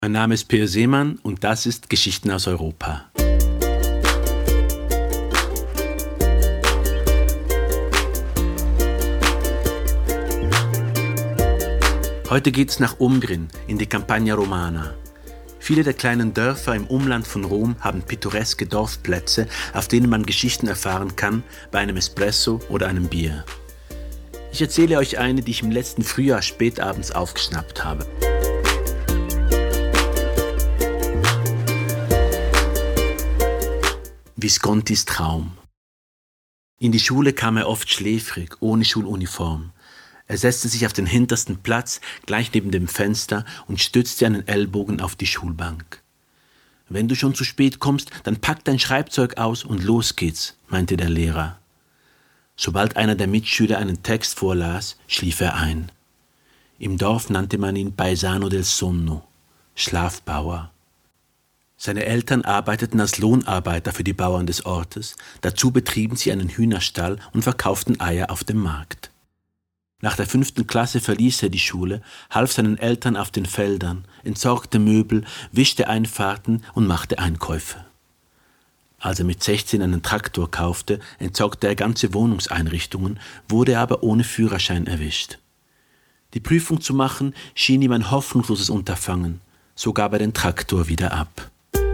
Mein Name ist Peer Seemann und das ist Geschichten aus Europa. Heute geht's nach Umbrien, in die Campagna Romana. Viele der kleinen Dörfer im Umland von Rom haben pittoreske Dorfplätze, auf denen man Geschichten erfahren kann, bei einem Espresso oder einem Bier. Ich erzähle euch eine, die ich im letzten Frühjahr spätabends aufgeschnappt habe. Viscontis Traum. In die Schule kam er oft schläfrig, ohne Schuluniform. Er setzte sich auf den hintersten Platz, gleich neben dem Fenster, und stützte einen Ellbogen auf die Schulbank. »Wenn du schon zu spät kommst, dann pack dein Schreibzeug aus und los geht's«, meinte der Lehrer. Sobald einer der Mitschüler einen Text vorlas, schlief er ein. Im Dorf nannte man ihn Paesano del Sonno, Schlafbauer. Seine Eltern arbeiteten als Lohnarbeiter für die Bauern des Ortes, dazu betrieben sie einen Hühnerstall und verkauften Eier auf dem Markt. Nach der 5. Klasse verließ er die Schule, half seinen Eltern auf den Feldern, entsorgte Möbel, wischte Einfahrten und machte Einkäufe. Als er mit 16 einen Traktor kaufte, entsorgte er ganze Wohnungseinrichtungen, wurde aber ohne Führerschein erwischt. Die Prüfung zu machen schien ihm ein hoffnungsloses Unterfangen, so gab er den Traktor wieder ab.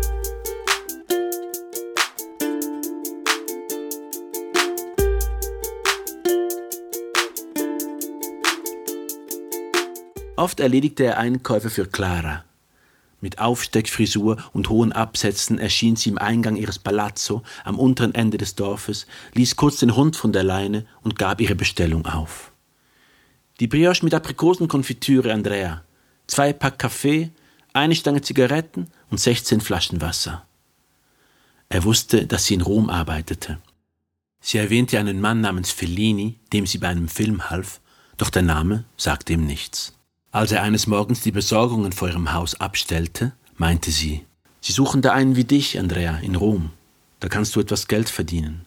Oft erledigte er Einkäufe für Clara. Mit Aufsteckfrisur und hohen Absätzen erschien sie im Eingang ihres Palazzo am unteren Ende des Dorfes, ließ kurz den Hund von der Leine und gab ihre Bestellung auf. Die Brioche mit Aprikosenkonfitüre, Andrea, 2 Pack Kaffee, 1 Stange Zigaretten und 16 Flaschen Wasser. Er wusste, dass sie in Rom arbeitete. Sie erwähnte einen Mann namens Fellini, dem sie bei einem Film half, doch der Name sagte ihm nichts. Als er eines Morgens die Besorgungen vor ihrem Haus abstellte, meinte sie: »Sie suchen da einen wie dich, Andrea, in Rom. Da kannst du etwas Geld verdienen.«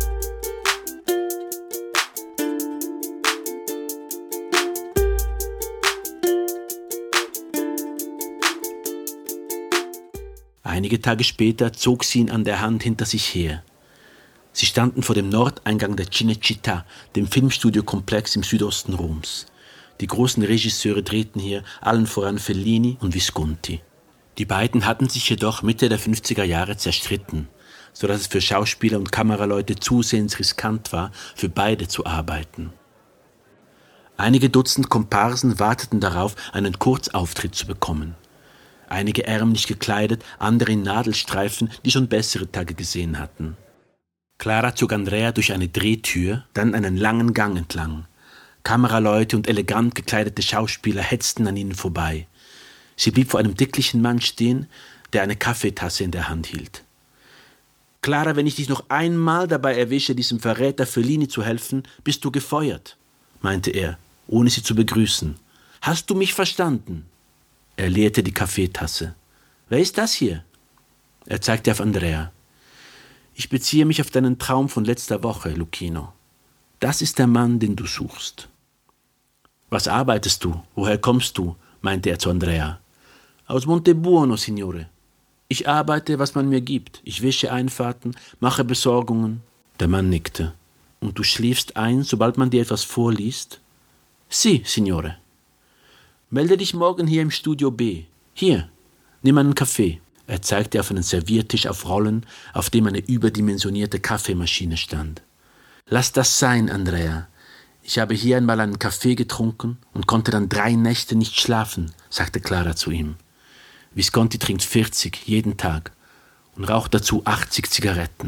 Einige Tage später zog sie ihn an der Hand hinter sich her. Sie standen vor dem Nordeingang der Cinecittà, dem Filmstudiokomplex im Südosten Roms. Die großen Regisseure drehten hier, allen voran Fellini und Visconti. Die beiden hatten sich jedoch Mitte der 50er Jahre zerstritten, sodass es für Schauspieler und Kameraleute zusehends riskant war, für beide zu arbeiten. Einige Dutzend Komparsen warteten darauf, einen Kurzauftritt zu bekommen. Einige ärmlich gekleidet, andere in Nadelstreifen, die schon bessere Tage gesehen hatten. Clara zog Andrea durch eine Drehtür, dann einen langen Gang entlang. Kameraleute und elegant gekleidete Schauspieler hetzten an ihnen vorbei. Sie blieb vor einem dicklichen Mann stehen, der eine Kaffeetasse in der Hand hielt. »Clara, wenn ich dich noch einmal dabei erwische, diesem Verräter Fellini zu helfen, bist du gefeuert«, meinte er, ohne sie zu begrüßen. »Hast du mich verstanden?« Er leerte die Kaffeetasse. »Wer ist das hier?« Er zeigte auf Andrea. »Ich beziehe mich auf deinen Traum von letzter Woche, Luchino. Das ist der Mann, den du suchst.« »Was arbeitest du? Woher kommst du?« meinte er zu Andrea. »Aus Montebuono, Signore. Ich arbeite, was man mir gibt. Ich wische Einfahrten, mache Besorgungen.« Der Mann nickte. »Und du schläfst ein, sobald man dir etwas vorliest?« »Si, Signore.« »Melde dich morgen hier im Studio B. Hier, nimm einen Kaffee.« Er zeigte auf einen Serviertisch auf Rollen, auf dem eine überdimensionierte Kaffeemaschine stand. »Lass das sein, Andrea. Ich habe hier einmal einen Kaffee getrunken und konnte dann 3 Nächte nicht schlafen«, sagte Clara zu ihm. »Visconti trinkt 40 jeden Tag und raucht dazu 80 Zigaretten.«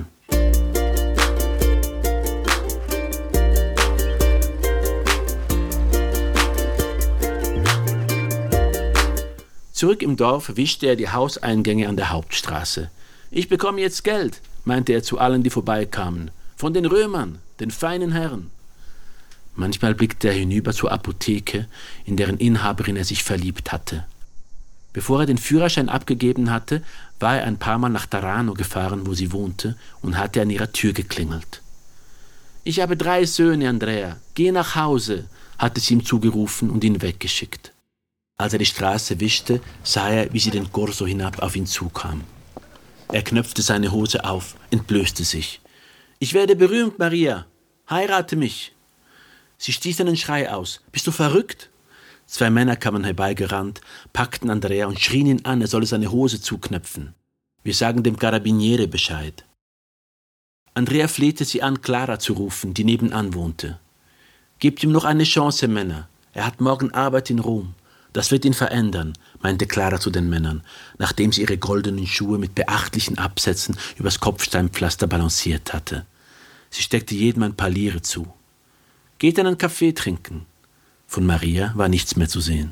Zurück im Dorf wischte er die Hauseingänge an der Hauptstraße. »Ich bekomme jetzt Geld«, meinte er zu allen, die vorbeikamen. »Von den Römern, den feinen Herren.« Manchmal blickte er hinüber zur Apotheke, in deren Inhaberin er sich verliebt hatte. Bevor er den Führerschein abgegeben hatte, war er ein paar Mal nach Tarano gefahren, wo sie wohnte, und hatte an ihrer Tür geklingelt. »Ich habe 3 Söhne, Andrea. Geh nach Hause«, hatte sie ihm zugerufen und ihn weggeschickt. Als er die Straße wischte, sah er, wie sie den Corso hinab auf ihn zukam. Er knöpfte seine Hose auf, entblößte sich. »Ich werde berühmt, Maria! Heirate mich!« Sie stieß einen Schrei aus. »Bist du verrückt?« 2 Männer kamen herbeigerannt, packten Andrea und schrien ihn an, er solle seine Hose zuknöpfen. »Wir sagen dem Carabiniere Bescheid.« Andrea flehte sie an, Clara zu rufen, die nebenan wohnte. »Gebt ihm noch eine Chance, Männer. Er hat morgen Arbeit in Rom. Das wird ihn verändern«, meinte Clara zu den Männern, nachdem sie ihre goldenen Schuhe mit beachtlichen Absätzen übers Kopfsteinpflaster balanciert hatte. Sie steckte jedem ein paar Lire zu. »Geht einen Kaffee trinken.« Von Maria war nichts mehr zu sehen.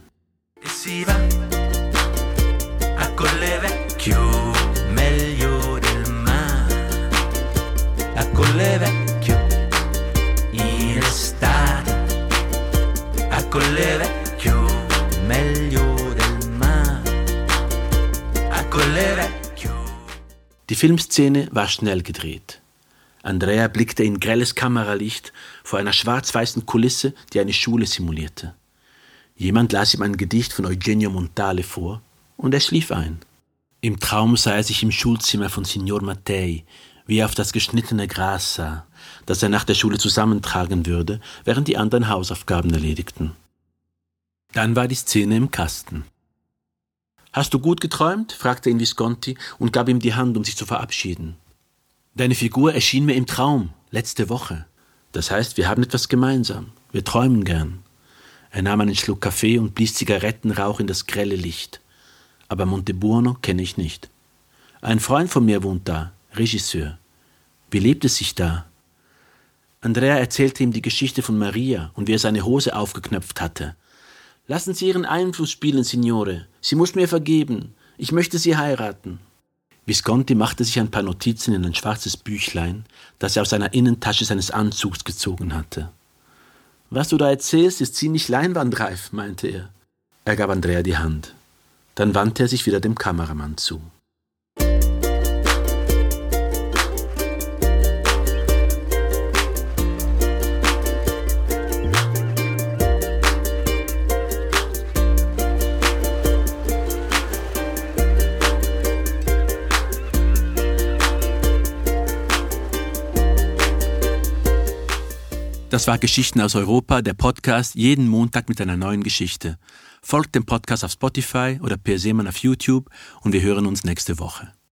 Die Filmszene war schnell gedreht. Andrea blickte in grelles Kameralicht vor einer schwarz-weißen Kulisse, die eine Schule simulierte. Jemand las ihm ein Gedicht von Eugenio Montale vor und er schlief ein. Im Traum sah er sich im Schulzimmer von Signor Mattei, wie er auf das geschnittene Gras sah, das er nach der Schule zusammentragen würde, während die anderen Hausaufgaben erledigten. Dann war die Szene im Kasten. »Hast du gut geträumt?« fragte ihn Visconti und gab ihm die Hand, um sich zu verabschieden. »Deine Figur erschien mir im Traum, letzte Woche. Das heißt, wir haben etwas gemeinsam. Wir träumen gern.« Er nahm einen Schluck Kaffee und blies Zigarettenrauch in das grelle Licht. »Aber Montebuono kenne ich nicht. Ein Freund von mir wohnt da, Regisseur. Wie lebt es sich da?« Andrea erzählte ihm die Geschichte von Maria und wie er seine Hose aufgeknöpft hatte. »Lassen Sie Ihren Einfluss spielen, Signore. Sie muss mir vergeben. Ich möchte Sie heiraten.« Visconti machte sich ein paar Notizen in ein schwarzes Büchlein, das er aus einer Innentasche seines Anzugs gezogen hatte. »Was du da erzählst, ist ziemlich leinwandreif«, meinte er. Er gab Andrea die Hand. Dann wandte er sich wieder dem Kameramann zu. Das war Geschichten aus Europa, der Podcast, jeden Montag mit einer neuen Geschichte. Folgt dem Podcast auf Spotify oder Per Seemann auf YouTube und wir hören uns nächste Woche.